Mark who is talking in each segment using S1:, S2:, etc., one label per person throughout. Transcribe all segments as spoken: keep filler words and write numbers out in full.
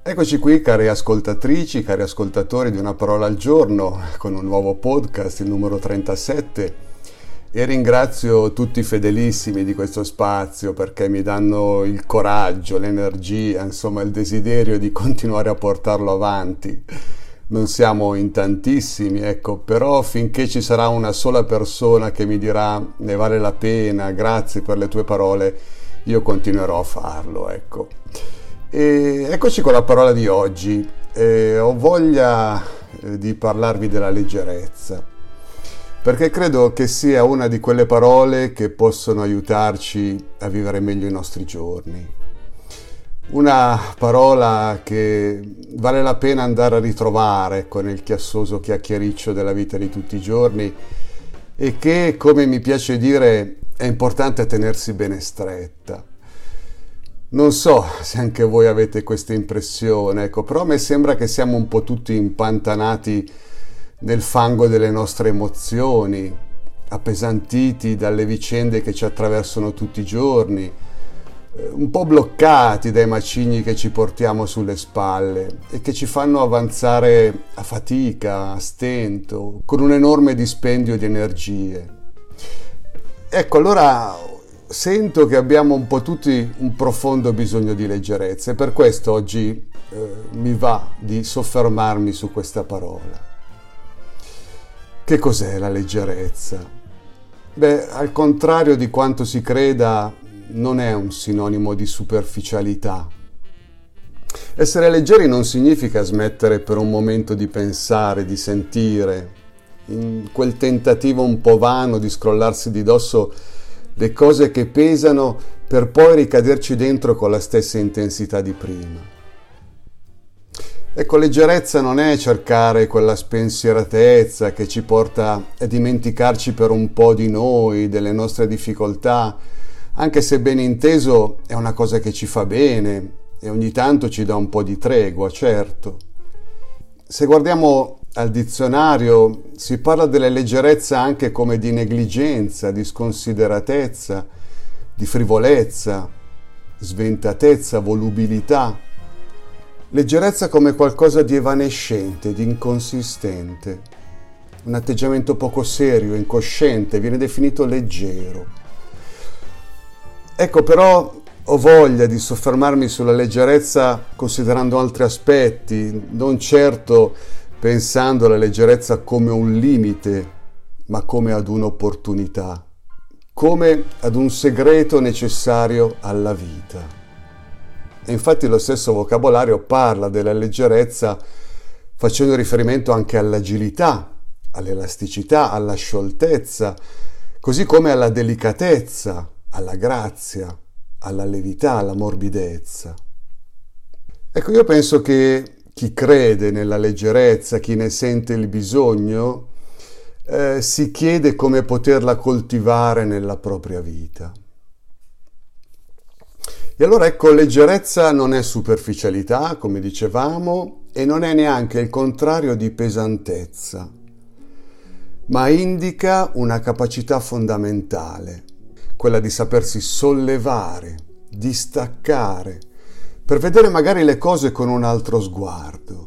S1: Eccoci qui, cari ascoltatrici, cari ascoltatori di Una Parola al Giorno, con un nuovo podcast, il numero trentasette, e ringrazio tutti i fedelissimi di questo spazio perché mi danno il coraggio, l'energia, insomma il desiderio di continuare a portarlo avanti. Non siamo in tantissimi, ecco, però finché ci sarà una sola persona che mi dirà ne vale la pena, grazie per le tue parole, io continuerò a farlo, ecco. E eccoci con la parola di oggi. Eh, ho voglia eh, di parlarvi della leggerezza, perché credo che sia una di quelle parole che possono aiutarci a vivere meglio i nostri giorni. Una parola che vale la pena andare a ritrovare con il chiassoso chiacchiericcio della vita di tutti i giorni e che, come mi piace dire, è importante tenersi bene stretta. Non so se anche voi avete questa impressione, ecco, però a me sembra che siamo un po' tutti impantanati nel fango delle nostre emozioni, appesantiti dalle vicende che ci attraversano tutti i giorni, un po' bloccati dai macigni che ci portiamo sulle spalle e che ci fanno avanzare a fatica, a stento, con un enorme dispendio di energie. Ecco, allora sento che abbiamo un po' tutti un profondo bisogno di leggerezza e per questo oggi eh, mi va di soffermarmi su questa parola. Che cos'è la leggerezza? Beh, al contrario di quanto si creda, non è un sinonimo di superficialità. Essere leggeri non significa smettere per un momento di pensare, di sentire, in quel tentativo un po' vano di scrollarsi di dosso le cose che pesano per poi ricaderci dentro con la stessa intensità di prima. Ecco, leggerezza non è cercare quella spensieratezza che ci porta a dimenticarci per un po' di noi, delle nostre difficoltà, anche se ben inteso è una cosa che ci fa bene e ogni tanto ci dà un po' di tregua, certo. Se guardiamo al dizionario si parla della leggerezza anche come di negligenza, di sconsideratezza, di frivolezza, sventatezza, volubilità. Leggerezza come qualcosa di evanescente, di inconsistente. Un atteggiamento poco serio, incosciente, viene definito leggero. Ecco, però ho voglia di soffermarmi sulla leggerezza considerando altri aspetti, non certo pensando alla leggerezza come un limite, ma come ad un'opportunità, come ad un segreto necessario alla vita. E infatti lo stesso vocabolario parla della leggerezza facendo riferimento anche all'agilità, all'elasticità, alla scioltezza, così come alla delicatezza, alla grazia, alla levità, alla morbidezza. Ecco, io penso che chi crede nella leggerezza, chi ne sente il bisogno, eh, si chiede come poterla coltivare nella propria vita. E allora ecco, leggerezza non è superficialità, come dicevamo, e non è neanche il contrario di pesantezza, ma indica una capacità fondamentale, quella di sapersi sollevare, distaccare, per vedere magari le cose con un altro sguardo.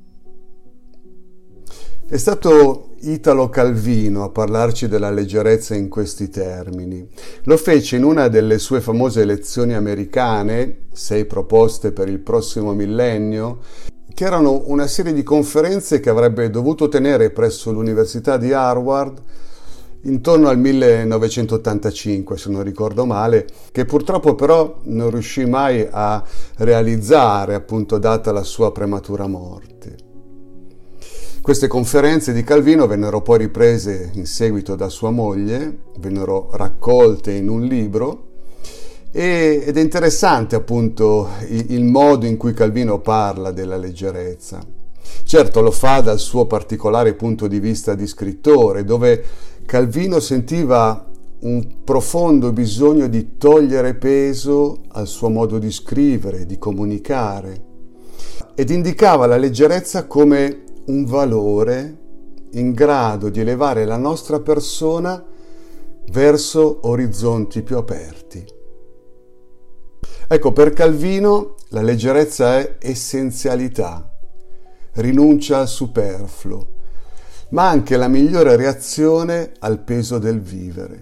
S1: È stato Italo Calvino a parlarci della leggerezza in questi termini. Lo fece in una delle sue famose lezioni americane, sei proposte per il prossimo millennio, che erano una serie di conferenze che avrebbe dovuto tenere presso l'Università di Harvard intorno al millenovecentottantacinque, se non ricordo male, che purtroppo però non riuscì mai a realizzare, appunto, data la sua prematura morte. Queste conferenze di Calvino vennero poi riprese in seguito da sua moglie, vennero raccolte in un libro e, ed è interessante appunto il, il modo in cui Calvino parla della leggerezza. Certo, lo fa dal suo particolare punto di vista di scrittore, dove Calvino sentiva un profondo bisogno di togliere peso al suo modo di scrivere, di comunicare, ed indicava la leggerezza come un valore in grado di elevare la nostra persona verso orizzonti più aperti. Ecco, per Calvino la leggerezza è essenzialità, rinuncia al superfluo, ma anche la migliore reazione al peso del vivere.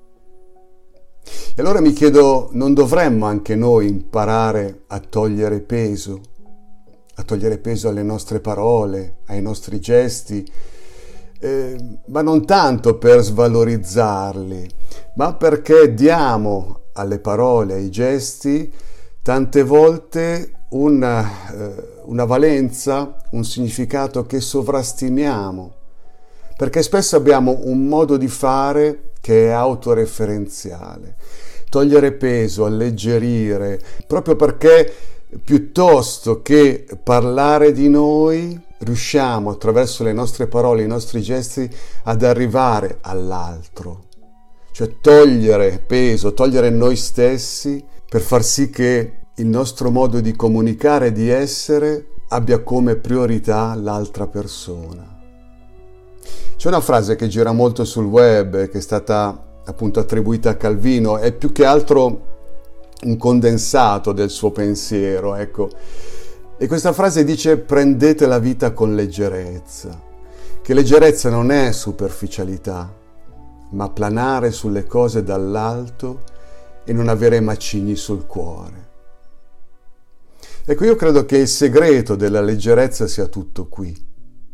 S1: E allora mi chiedo, non dovremmo anche noi imparare a togliere peso, a togliere peso alle nostre parole, ai nostri gesti, eh, ma non tanto per svalorizzarli, ma perché diamo alle parole, ai gesti, tante volte una, eh, una valenza, un significato che sovrastimiamo, perché spesso abbiamo un modo di fare che è autoreferenziale. Togliere peso, alleggerire, proprio perché piuttosto che parlare di noi, riusciamo attraverso le nostre parole, i nostri gesti, ad arrivare all'altro. Cioè togliere peso, togliere noi stessi per far sì che il nostro modo di comunicare e di essere abbia come priorità l'altra persona. C'è una frase che gira molto sul web, che è stata appunto attribuita a Calvino, è più che altro un condensato del suo pensiero, ecco. E questa frase dice: prendete la vita con leggerezza, che leggerezza non è superficialità, ma planare sulle cose dall'alto e non avere macigni sul cuore. Ecco, io credo che il segreto della leggerezza sia tutto qui.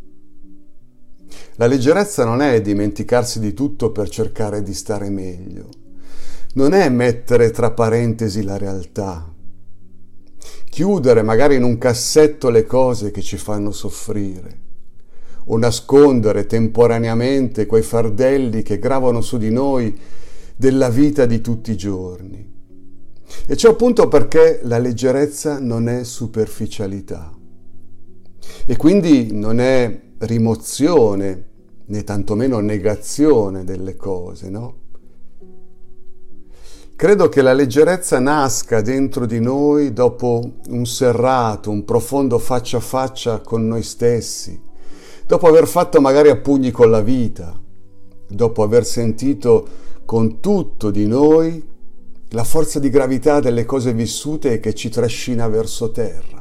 S1: La leggerezza non è dimenticarsi di tutto per cercare di stare meglio, non è mettere tra parentesi la realtà, chiudere magari in un cassetto le cose che ci fanno soffrire, o nascondere temporaneamente quei fardelli che gravano su di noi della vita di tutti i giorni. E ciò appunto perché la leggerezza non è superficialità e quindi non è rimozione né tantomeno negazione delle cose, no? Credo che la leggerezza nasca dentro di noi dopo un serrato, un profondo faccia a faccia con noi stessi, dopo aver fatto magari a pugni con la vita, dopo aver sentito con tutto di noi la forza di gravità delle cose vissute che ci trascina verso terra.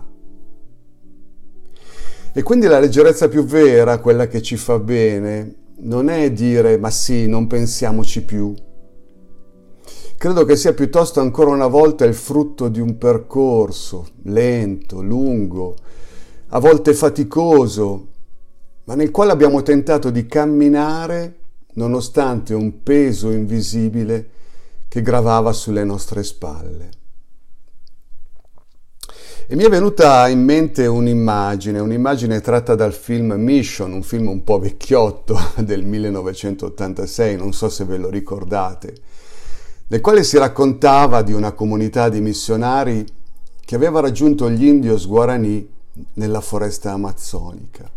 S1: E quindi la leggerezza più vera, quella che ci fa bene, non è dire ma sì, non pensiamoci più. Credo che sia piuttosto ancora una volta il frutto di un percorso lento, lungo, a volte faticoso, ma nel quale abbiamo tentato di camminare nonostante un peso invisibile che gravava sulle nostre spalle. E mi è venuta in mente un'immagine, un'immagine tratta dal film Mission, un film un po' vecchiotto del millenovecentottantasei, non so se ve lo ricordate, nel quale si raccontava di una comunità di missionari che aveva raggiunto gli indios Guarani nella foresta amazzonica.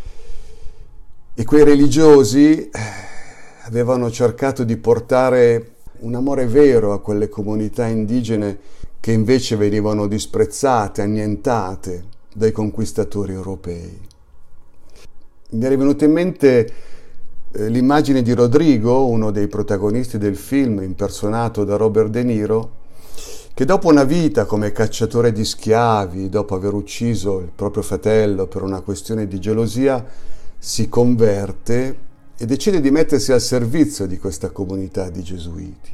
S1: E quei religiosi avevano cercato di portare un amore vero a quelle comunità indigene che invece venivano disprezzate, annientate dai conquistatori europei. Mi è venuta in mente eh, l'immagine di Rodrigo, uno dei protagonisti del film, impersonato da Robert De Niro, che dopo una vita come cacciatore di schiavi, dopo aver ucciso il proprio fratello per una questione di gelosia, si converte e decide di mettersi al servizio di questa comunità di gesuiti.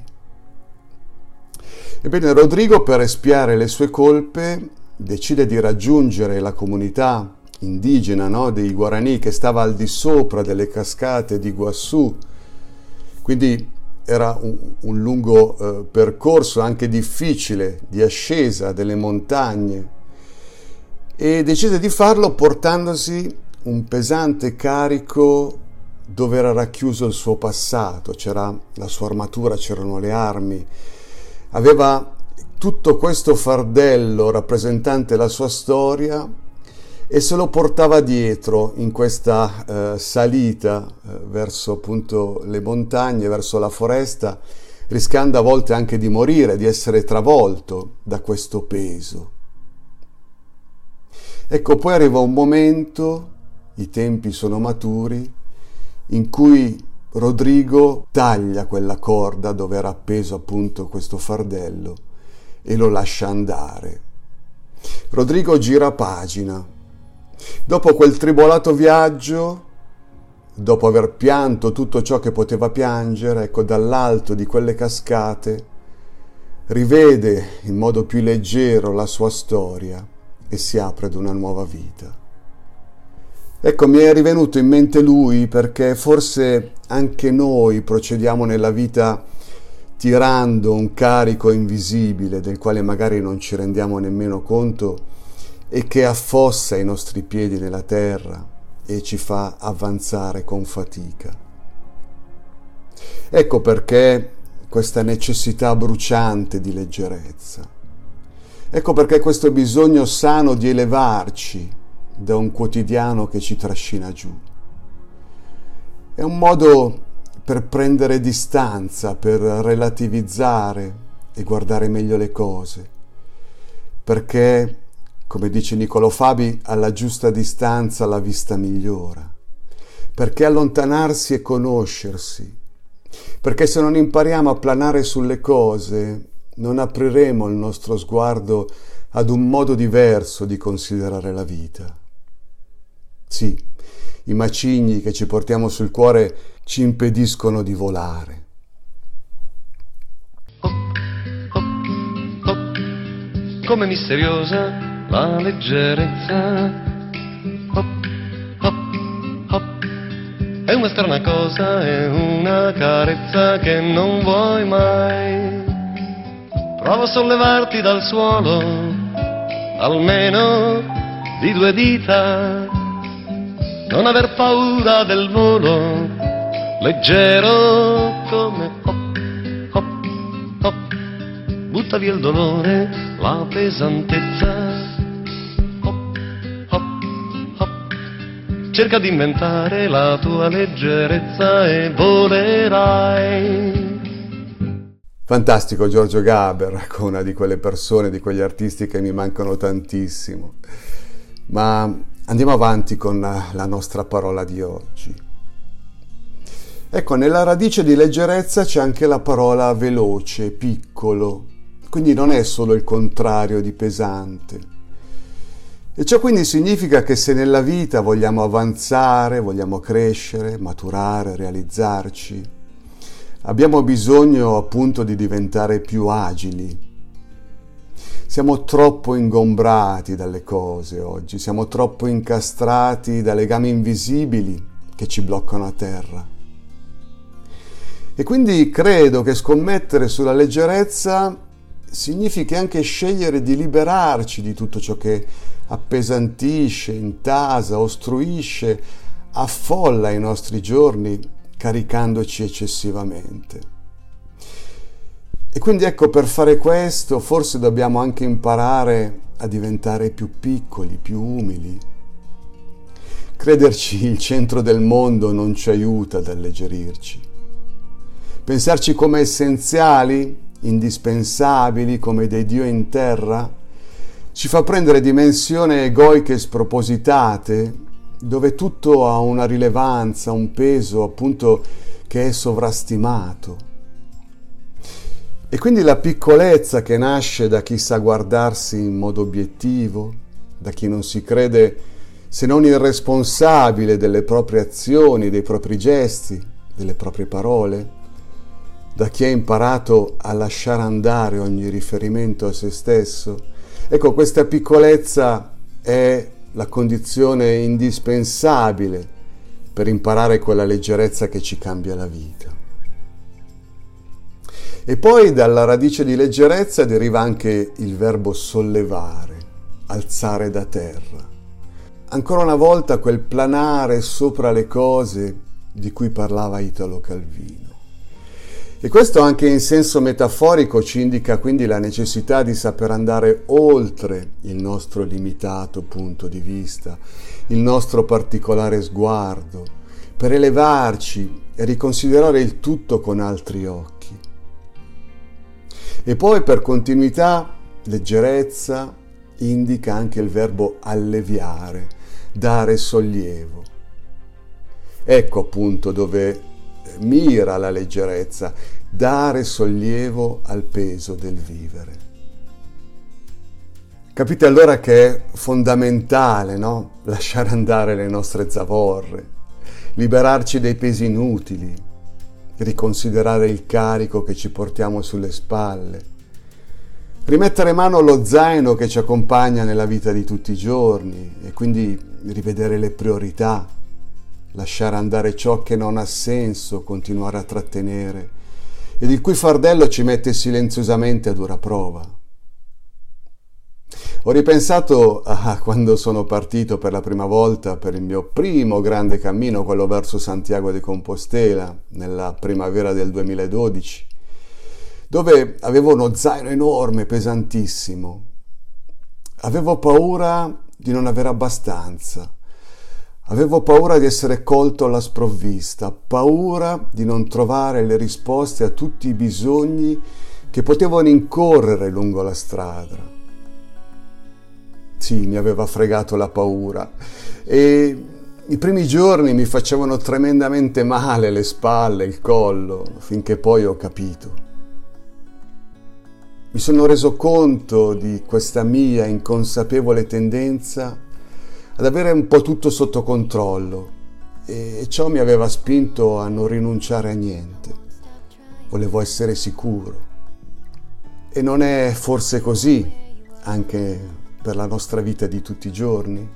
S1: Ebbene, Rodrigo, per espiare le sue colpe, decide di raggiungere la comunità indigena, no, dei Guarani, che stava al di sopra delle cascate di Iguassù. Quindi era un, un lungo eh, percorso, anche difficile, di ascesa delle montagne, e decide di farlo portandosi un pesante carico dove era racchiuso il suo passato. C'era la sua armatura, c'erano le armi, aveva tutto questo fardello rappresentante la sua storia e se lo portava dietro in questa eh, salita eh, verso appunto le montagne, verso la foresta, rischiando a volte anche di morire, di essere travolto da questo peso. Ecco, poi arriva un momento, i tempi sono maturi, in cui Rodrigo taglia quella corda dove era appeso appunto questo fardello e lo lascia andare. Rodrigo gira pagina. Dopo quel tribolato viaggio, dopo aver pianto tutto ciò che poteva piangere, ecco, dall'alto di quelle cascate, rivede in modo più leggero la sua storia e si apre ad una nuova vita. Ecco, mi è rivenuto in mente lui perché forse anche noi procediamo nella vita tirando un carico invisibile del quale magari non ci rendiamo nemmeno conto e che affossa i nostri piedi nella terra e ci fa avanzare con fatica. Ecco perché questa necessità bruciante di leggerezza. Ecco perché questo bisogno sano di elevarci da un quotidiano che ci trascina giù. È un modo per prendere distanza, per relativizzare e guardare meglio le cose, perché, come dice Niccolò Fabi, alla giusta distanza la vista migliora, perché allontanarsi è conoscersi, perché se non impariamo a planare sulle cose non apriremo il nostro sguardo ad un modo diverso di considerare la vita. Sì, i macigni che ci portiamo sul cuore ci impediscono di volare.
S2: Oh, oh, oh, come misteriosa la leggerezza. Oh, oh, oh, è una strana cosa, è una carezza che non vuoi mai. Prova a sollevarti dal suolo, almeno di due dita. Non aver paura del volo, leggero come hop, hop, hop. Butta via il dolore, la pesantezza. Hop, hop, hop. Cerca di inventare la tua leggerezza e volerai.
S1: Fantastico Giorgio Gaber, ecco, una di quelle persone, di quegli artisti che mi mancano tantissimo. Ma andiamo avanti con la nostra parola di oggi. Ecco, nella radice di leggerezza c'è anche la parola veloce, piccolo, quindi non è solo il contrario di pesante. E ciò quindi significa che se nella vita vogliamo avanzare, vogliamo crescere, maturare, realizzarci, abbiamo bisogno appunto di diventare più agili. Siamo troppo ingombrati dalle cose oggi, siamo troppo incastrati da legami invisibili che ci bloccano a terra. E quindi credo che scommettere sulla leggerezza significhi anche scegliere di liberarci di tutto ciò che appesantisce, intasa, ostruisce, affolla i nostri giorni, caricandoci eccessivamente. E quindi ecco, per fare questo forse dobbiamo anche imparare a diventare più piccoli, più umili. Crederci il centro del mondo non ci aiuta ad alleggerirci. Pensarci come essenziali, indispensabili, come dei Dio in terra, ci fa prendere dimensioni egoiche spropositate, dove tutto ha una rilevanza, un peso appunto che è sovrastimato. E quindi la piccolezza che nasce da chi sa guardarsi in modo obiettivo, da chi non si crede se non il responsabile delle proprie azioni, dei propri gesti, delle proprie parole, da chi ha imparato a lasciare andare ogni riferimento a se stesso. Ecco, questa piccolezza è la condizione indispensabile per imparare quella leggerezza che ci cambia la vita. E poi dalla radice di leggerezza deriva anche il verbo sollevare, alzare da terra. Ancora una volta quel planare sopra le cose di cui parlava Italo Calvino. E questo anche in senso metaforico ci indica quindi la necessità di saper andare oltre il nostro limitato punto di vista, il nostro particolare sguardo, per elevarci e riconsiderare il tutto con altri occhi. E poi per continuità, leggerezza indica anche il verbo alleviare, dare sollievo. Ecco appunto dove mira la leggerezza, dare sollievo al peso del vivere. Capite allora che è fondamentale, no? Lasciare andare le nostre zavorre, liberarci dei pesi inutili, riconsiderare il carico che ci portiamo sulle spalle, rimettere mano allo zaino che ci accompagna nella vita di tutti i giorni e quindi rivedere le priorità, lasciare andare ciò che non ha senso continuare a trattenere ed il cui fardello ci mette silenziosamente a dura prova. Ho ripensato a quando sono partito per la prima volta per il mio primo grande cammino, quello verso Santiago de Compostela, nella primavera del duemiladodici, dove avevo uno zaino enorme, pesantissimo. Avevo paura di non avere abbastanza, avevo paura di essere colto alla sprovvista, paura di non trovare le risposte a tutti i bisogni che potevano incorrere lungo la strada. Sì, mi aveva fregato la paura e i primi giorni mi facevano tremendamente male le spalle, il collo, finché poi ho capito. Mi sono reso conto di questa mia inconsapevole tendenza ad avere un po' tutto sotto controllo e ciò mi aveva spinto a non rinunciare a niente. Volevo essere sicuro. E non è forse così anche per la nostra vita di tutti i giorni?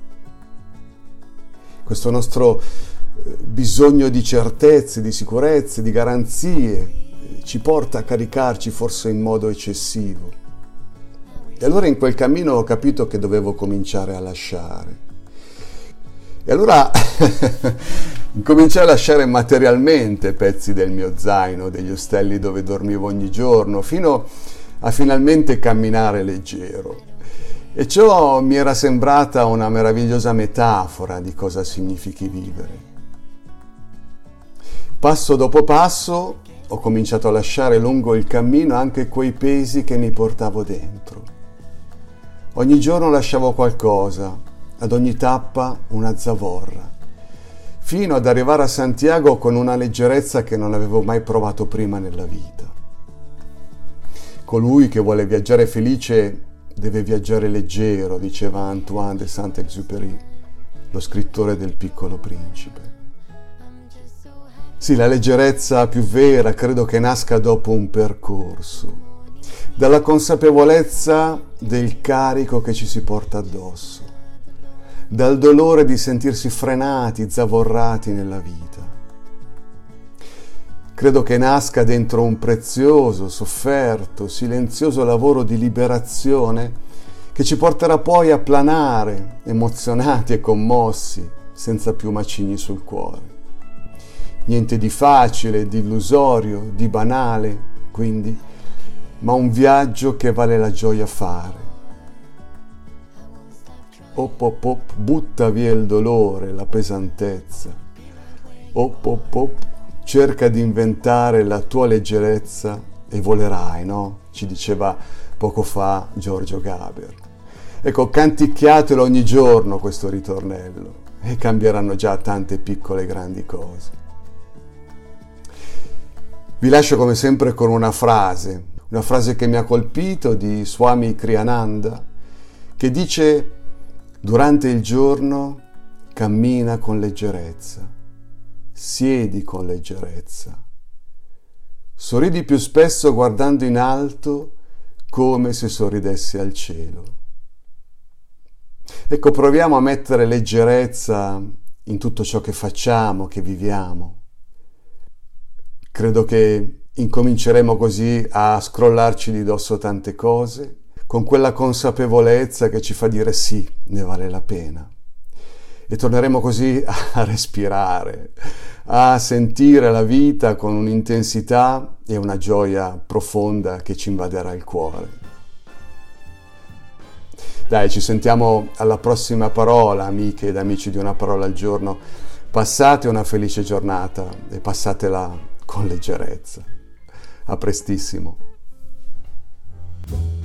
S1: Questo nostro bisogno di certezze, di sicurezze, di garanzie ci porta a caricarci forse in modo eccessivo. E allora in quel cammino ho capito che dovevo cominciare a lasciare. E allora cominciai a lasciare materialmente pezzi del mio zaino, degli ostelli dove dormivo ogni giorno, fino a finalmente camminare leggero. E ciò mi era sembrata una meravigliosa metafora di cosa significhi vivere. Passo dopo passo ho cominciato a lasciare lungo il cammino anche quei pesi che mi portavo dentro. Ogni giorno lasciavo qualcosa, ad ogni tappa una zavorra, fino ad arrivare a Santiago con una leggerezza che non avevo mai provato prima nella vita. Colui che vuole viaggiare felice deve viaggiare leggero, diceva Antoine de Saint-Exupéry, lo scrittore del Piccolo Principe. Sì, la leggerezza più vera credo che nasca dopo un percorso, dalla consapevolezza del carico che ci si porta addosso, dal dolore di sentirsi frenati, zavorrati nella vita. Credo che nasca dentro un prezioso, sofferto, silenzioso lavoro di liberazione che ci porterà poi a planare, emozionati e commossi, senza più macigni sul cuore. Niente di facile, di illusorio, di banale, quindi, ma un viaggio che vale la gioia fare. Op op op, butta via il dolore, la pesantezza. Op op op, cerca di inventare la tua leggerezza e volerai, no? Ci diceva poco fa Giorgio Gaber. Ecco, canticchiatelo ogni giorno questo ritornello e cambieranno già tante piccole e grandi cose. Vi lascio come sempre con una frase, una frase che mi ha colpito di Swami Kriyananda, che dice: durante il giorno cammina con leggerezza. Siedi con leggerezza, sorridi più spesso guardando in alto come se sorridessi al cielo. Ecco, proviamo a mettere leggerezza in tutto ciò che facciamo, che viviamo. Credo che incominceremo così a scrollarci di dosso tante cose, con quella consapevolezza che ci fa dire sì, ne vale la pena. E torneremo così a respirare, a sentire la vita con un'intensità e una gioia profonda che ci invaderà il cuore. Dai, ci sentiamo alla prossima parola, amiche ed amici di Una Parola al Giorno. Passate una felice giornata e passatela con leggerezza. A prestissimo.